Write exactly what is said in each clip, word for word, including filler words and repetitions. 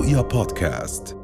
رؤيا بودكاست.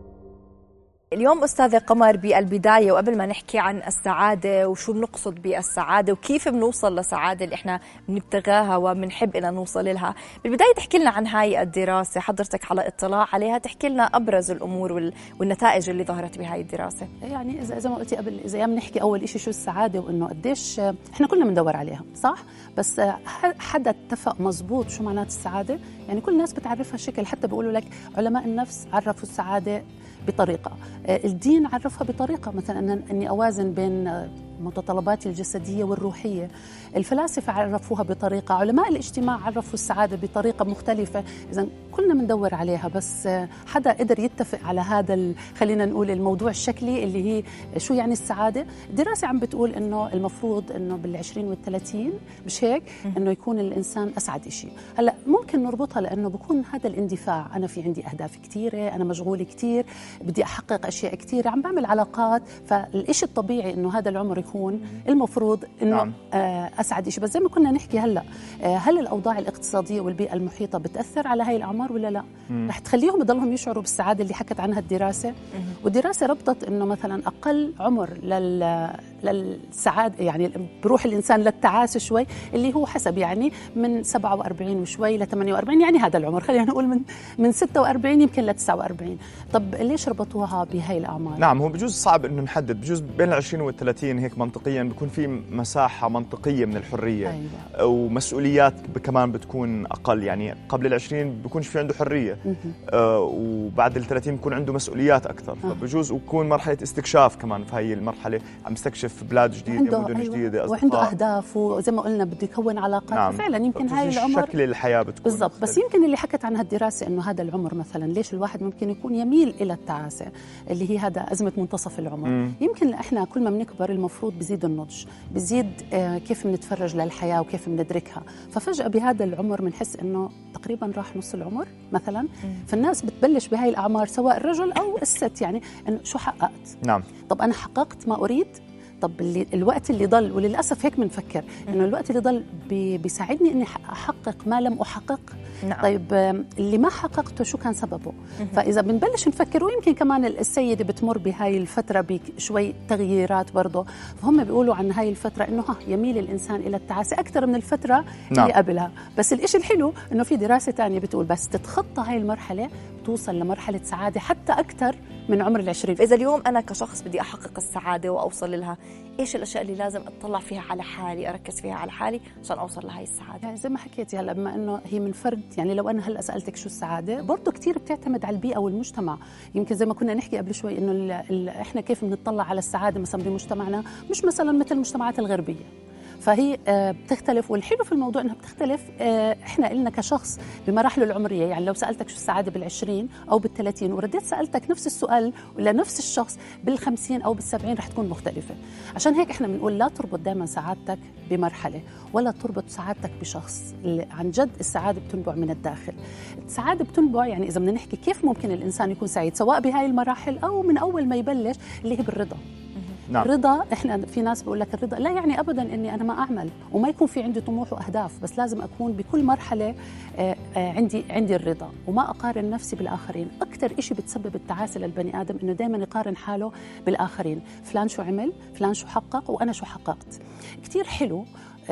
اليوم أستاذة قمر بالبداية، وقبل ما نحكي عن السعادة وشو بنقصد بالسعادة وكيف بنوصل للسعادة اللي احنا بنبتغاها وبنحب إن نوصل لها، بالبداية تحكي لنا عن هاي الدراسة، حضرتك على اطلاع عليها، تحكي لنا أبرز الأمور والنتائج اللي ظهرت بهاي الدراسة. يعني إذا زي ما قلتي قبل، إذا بنحكي أول إشي شو السعادة وإنه قديش إحنا كلنا بندور عليها، صح؟ بس حدا اتفق مزبوط شو معنات السعادة؟ يعني كل الناس بتعرفها شكل، حتى بيقولوا لك علماء النفس عرفوا السعادة بطريقة، الدين عرفها بطريقة، مثلا أني أوازن بين متطلباتي الجسدية والروحية. الفلاسفة عرفوها بطريقة، علماء الاجتماع عرفوا السعادة بطريقة مختلفة. إذن كلنا بندور عليها، بس حدا قدر يتفق على هذا خلينا نقول الموضوع الشكلي اللي هي شو يعني السعادة. الدراسة عم بتقول إنه المفروض إنه بالعشرين والثلاثين، مش هيك، إنه يكون الإنسان أسعد إشي. هلأ ممكن نربطها لأنه بكون هذا الاندفاع، أنا في عندي أهداف كتيرة، أنا مشغول كتير، بدي أحقق أشياء كتيرة، عم بعمل علاقات، فالإشي الطبيعي إنه هذا العمر يكون المفروض إنه نعم. أسعد إشي. بس زي ما كنا نحكي هلأ، هل الأوضاع الاقتصادية والبيئة المحيطة بتأثر على هاي الأعمار ولا لا؟ مم. رح تخليهم يضلهم يشعروا بالسعادة اللي حكت عنها الدراسة. مم. والدراسة ربطت إنه مثلا أقل عمر لل للسعادة، يعني بروح الإنسان للتعاسة شوي، اللي هو حسب يعني من سبعة وأربعين وشوي ل ثمانية وأربعين، يعني هذا العمر خلينا نقول من من ستة وأربعين يمكن ل تسعة وأربعين. طب ليش ربطوها بهاي الأعمار؟ نعم، هو بجوز صعب إنه نحدد، بجوز بين العشرين والثلاثين هيك منطقيا بيكون في مساحة منطقية من الحرية. أيوة. ومسؤوليات كمان بتكون أقل، يعني قبل العشرين بيكونش في عنده حرية، آه وبعد الثلاثين بيكون عنده مسؤوليات أكثر. آه. فبجوز ويكون مرحلة استكشاف كمان في هاي المرحلة، عم يستكشف بلاد جديدة، مدن أيوة. جديدة، أصدقاء، وعنده أهداف، وزي ما قلنا بده يكون علاقات. نعم. فعلا يمكن هاي العمر شكل الحياة بتكون بالضبط. بس يمكن اللي حكت عنها الدراسة إنه هذا العمر مثلا ليش الواحد ممكن يكون يميل إلى التعاسة، اللي هي هذا أزمة منتصف العمر. مم. يمكن إحنا كل ما بنكبر المفروض بزيد النضج، بزيد آه كيف بنتفرج للحياة وكيف بندركها. ففجأة بهذا العمر بنحس إنه تقريبا راح نص العمر مثلا. مم. فالناس بتبلش بهاي الأعمار سواء الرجل أو الست، يعني إنه شو حققت؟ نعم. طب أنا حققت ما أريد؟ طب اللي الوقت اللي ضل، وللأسف هيك بنفكر إنه الوقت اللي ضل بي بيساعدني إني أحقق ما لم أحقق. نعم. طيب اللي ما حققته شو كان سببه؟ فإذا بنبلش نفكر، ويمكن كمان السيدة بتمر بهاي الفترة بشوي تغييرات برضه، فهم بيقولوا عن هاي الفترة إنه ها يميل الإنسان إلى التعاسة أكثر من الفترة. نعم. اللي قبلها. بس الإشي الحلو إنه في دراسة تانية بتقول بس تتخطى هاي المرحلة توصل لمرحلة سعادة حتى أكثر من عمر العشرين. إذا اليوم أنا كشخص بدي أحقق السعادة وأوصل لها، إيش الأشياء اللي لازم أطلع فيها على حالي، أركز فيها على حالي عشان أوصل لهاي السعادة؟ يعني زي ما حكيتي هلا، بما إنه هي من فرد، يعني لو أنا هلا سألتك شو السعادة، برضه كتير بتعتمد على البيئة والمجتمع. يمكن زي ما كنا نحكي قبل شوي إنه ال ال إحنا كيف بنطلع على السعادة مثلا بمجتمعنا، مش مثلا مثل المجتمعات الغربية، فهي بتختلف. والحلو في الموضوع انها بتختلف. احنا إلنا كشخص بمراحله العمريه، يعني لو سالتك شو السعاده بالعشرين او بالثلاثين ورديت سالتك نفس السؤال ولا نفس الشخص بالخمسين او بالسبعين رح تكون مختلفه. عشان هيك احنا بنقول لا تربط دائما سعادتك بمرحله، ولا تربط سعادتك بشخص. عن جد السعاده بتنبع من الداخل. السعاده بتنبع، يعني اذا بدنا نحكي كيف ممكن الانسان يكون سعيد سواء بهاي المراحل او من اول ما يبلش، اللي هي بالرضا. نعم. الرضا، احنا في ناس بقول لك الرضا لا يعني ابدا اني انا ما اعمل وما يكون في عندي طموح واهداف، بس لازم اكون بكل مرحله آآ آآ عندي عندي الرضا وما اقارن نفسي بالاخرين. اكثر شيء بتسبب التعاسه للبني ادم انه دائما يقارن حاله بالاخرين، فلان شو عمل، فلان شو حقق، وانا شو حققت. كثير حلو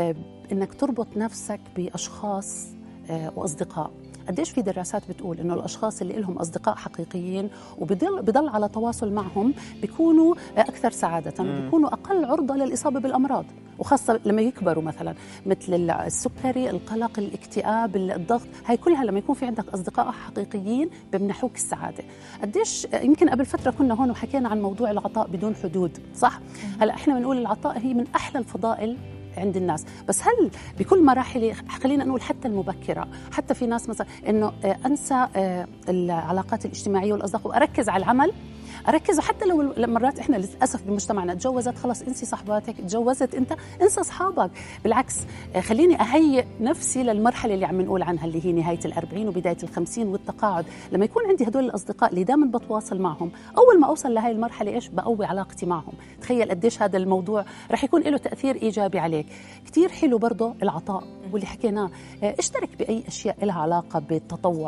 انك تربط نفسك باشخاص واصدقاء. قديش في دراسات بتقول إنه الأشخاص اللي لهم أصدقاء حقيقيين وبضل بضل على تواصل معهم بيكونوا أكثر سعادة، بيكونوا أقل عرضة للإصابة بالأمراض، وخاصة لما يكبروا مثلا مثل السكري، القلق، الاكتئاب، الضغط. هاي كلها لما يكون في عندك أصدقاء حقيقيين بيمنحوك السعادة. قديش يمكن قبل فترة كنا هون وحكينا عن موضوع العطاء بدون حدود، صح؟ هلأ إحنا بنقول العطاء هي من أحلى الفضائل عند الناس، بس هل بكل مراحل، خلينا نقول حتى المبكرة، حتى في ناس مثلا إنه أنسى العلاقات الاجتماعية والأصدقاء وأركز على العمل، أركز حتى لو مرات إحنا للأسف بمجتمعنا تجوزت خلاص انسي صحباتك، تجوزت أنت انسى أصحابك. بالعكس خليني أهيئ نفسي للمرحلة اللي عم نقول عنها اللي هي نهاية الأربعين وبداية الخمسين والتقاعد. لما يكون عندي هدول الأصدقاء اللي دائما بتواصل معهم، أول ما أوصل لهاي المرحلة إيش بقوي علاقتي معهم. تخيل قديش هذا الموضوع رح يكون له تأثير إيجابي عليك. كتير حلو برضه العطاء واللي حكيناه. اشترك بأي أشياء لها علاقة بالتطوع.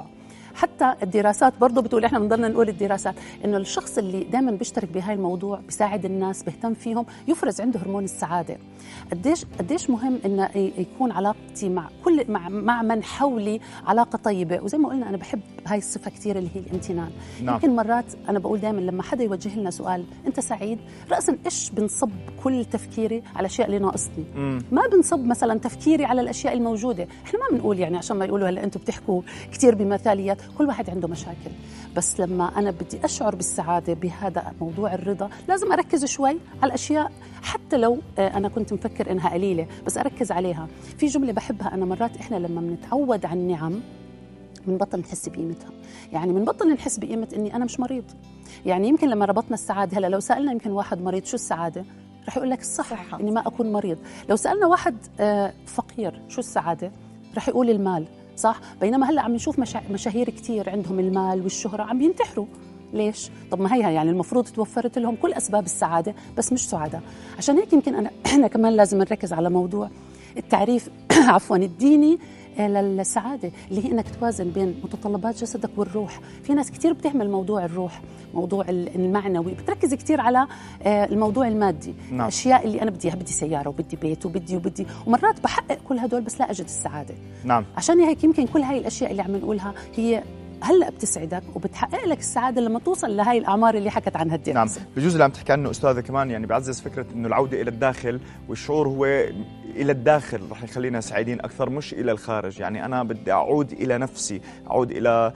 حتى الدراسات برضه بتقول، احنا بنضلنا نقول الدراسات انه الشخص اللي دائما بيشترك بهاي الموضوع، بيساعد الناس، بيهتم فيهم، يفرز عنده هرمون السعاده. قديش قديش مهم انه يكون علاقتي مع كل مع مع من حولي علاقه طيبه. وزي ما قلنا انا بحب هاي الصفه كثير اللي هي الامتنان. نعم. يمكن مرات انا بقول دائما لما حدا يوجه لنا سؤال انت سعيد، راسا ايش بنصب كل تفكيري على الاشياء اللي ناقصني، مم. ما بنصب مثلا تفكيري على الاشياء الموجوده. احنا ما بنقول يعني عشان ما يقولوا هلا انتم بتحكوا كثير بمثاليات، كل واحد عنده مشاكل، بس لما انا بدي اشعر بالسعاده بهذا موضوع الرضا لازم اركز شوي على الاشياء، حتى لو انا كنت مفكر انها قليله بس اركز عليها. في جمله بحبها انا، مرات احنا لما بنتعود على النعم بنبطل نحس بقيمتها. يعني بنبطل نحس بقيمه اني انا مش مريض. يعني يمكن لما ربطنا السعاده، هلا لو سالنا يمكن واحد مريض شو السعاده، رح يقول لك الصحه، اني ما اكون مريض. لو سالنا واحد فقير شو السعاده، رح يقول المال، صح؟ بينما هلا عم نشوف مشا... مشاهير كتير عندهم المال والشهره عم ينتحروا. ليش؟ طب ما هيها يعني المفروض توفرت لهم كل اسباب السعاده بس مش سعداء. عشان هيك يمكن انا احنا كمان لازم نركز على موضوع التعريف عفوا الديني للسعاده، اللي هي انك توازن بين متطلبات جسدك والروح. في ناس كتير بتهمل موضوع الروح، موضوع المعنوي، بتركز كتير على الموضوع المادي. نعم. الاشياء اللي انا بديها، بدي سياره وبدي بيت وبدي وبدي ومرات بحقق كل هدول بس لا اجد السعاده. نعم. عشان هيك يمكن كل هاي الاشياء اللي عم نقولها هي هلا بتسعدك وبتحقق لك السعاده لما توصل لهي الاعمار اللي حكت عنها الدراسه. نعم. بجوز اللي عم تحكي عنه استاذه كمان يعني بعزز فكره انه العوده الى الداخل، والشعور هو الى الداخل رح يخلينا سعيدين اكثر مش الى الخارج. يعني انا بدي اعود الى نفسي، اعود الى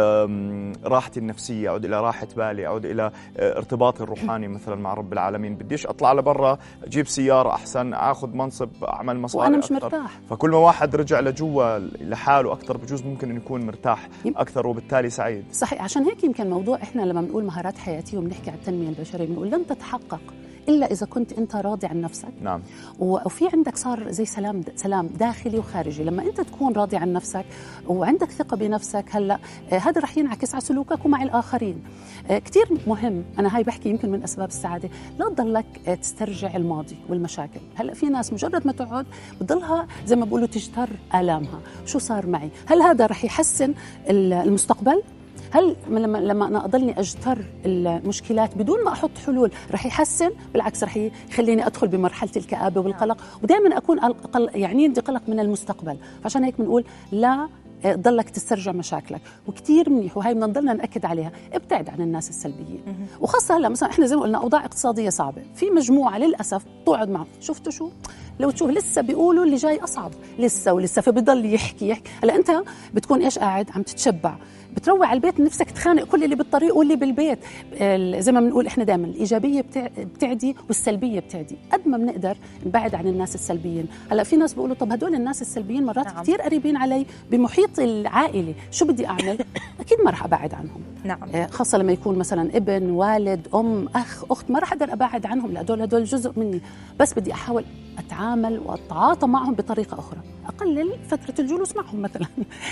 راحتي النفسيه، اعود الى راحه بالي، اعود الى ارتباطي الروحاني مثلا مع رب العالمين. بديش اطلع لبرا اجيب سياره احسن، اخذ منصب، اعمل مصاري وانا مش أكثر. مرتاح. فكل ما واحد رجع لجوا لحاله اكثر بجوز ممكن انه يكون مرتاح اكثر وبالتالي سعيد. صحيح. عشان هيك يمكن موضوع احنا لما بنقول مهارات حياتيه وبنحكي عن التنميه البشريه بنقول لن تتحقق الا اذا كنت انت راضي عن نفسك. نعم. وفي عندك صار زي سلام سلام داخلي وخارجي. لما انت تكون راضي عن نفسك وعندك ثقه بنفسك، هلا هذا رح ينعكس على سلوكك ومع الاخرين. كثير مهم، انا هاي بحكي يمكن من اسباب السعاده، لا تضلك تسترجع الماضي والمشاكل. هلا في ناس مجرد ما تقعد بتضلها زي ما بيقولوا تجتر آلامها، شو صار معي؟ هل هذا رح يحسن المستقبل؟ هل لما لما انا اضلني اجتر المشكلات بدون ما احط حلول رح يحسن؟ بالعكس رح يخليني ادخل بمرحله الكآبه والقلق، ودائما اكون يعني عندي قلق من المستقبل. فعشان هيك بنقول لا ضلك تسترجع مشاكلك. وكتير منيح، وهي بدنا نضلنا ناكد عليها، ابتعد عن الناس السلبيين. وخاصه هلا مثلا احنا زي ما قلنا اوضاع اقتصاديه صعبه، في مجموعه للاسف تقعد معهم، شفتوا شو لو تشوف لسه بيقولوا اللي جاي اصعب، لسه ولسه، فبضل يحكي يحكي. هلا انت بتكون ايش قاعد عم تتشبع، بتروح على البيت نفسك تخانق كل اللي بالطريق واللي بالبيت. زي ما بنقول احنا دائما الايجابيه بتعدي والسلبيه بتعدي. قد ما بنقدر نبعد عن الناس السلبيين. هلا في ناس بيقولوا طب هدول الناس السلبيين مرات نعم. كثير قريبين علي بمحيط العائلي، شو بدي اعمل؟ اكيد ما راح ابعد عنهم. نعم. خاصه لما يكون مثلا ابن، والد، ام، اخ، اخت، ما راح اقدر ابعد عنهم، لهدول هدول جزء مني، بس بدي احاول اتعامل واتعاطى معهم بطريقه اخرى، اقلل فتره الجلوس معهم مثلا.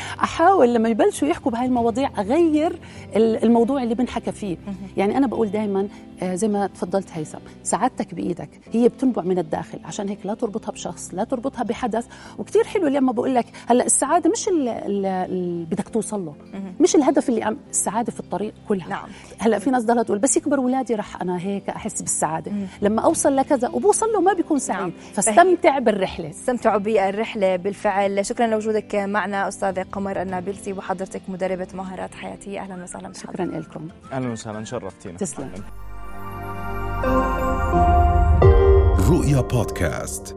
احاول لما يبلشوا يحكوا بهاي المواضيع اغير الموضوع اللي بنحكى فيه. يعني انا بقول دائما زي ما تفضلت هيثم، سعادتك بايدك، هي بتنبع من الداخل. عشان هيك لا تربطها بشخص، لا تربطها بحدث. وكتير حلو لما بقول لك هلا السعاده مش اللي بدك توصل له، مش الهدف اللي عم، السعاده في الطريق كلها. نعم. هلا في ناس ضلت تقول بس يكبر اولادي رح انا هيك احس بالسعاده، مم. لما اوصل لكذا وبوصل له ما بيكون سعيد. نعم. فاستمتع بالرحله، استمتعوا بالرحله بالفعل. شكرا لوجودك معنا استاذه قمر النابلسي، وحضرتك مدربه مهارات حياتيه. اهلا وسهلا. شكرا لكم. اهلا وسهلا، شرفتينا. تسلم. رؤيا بودكاست.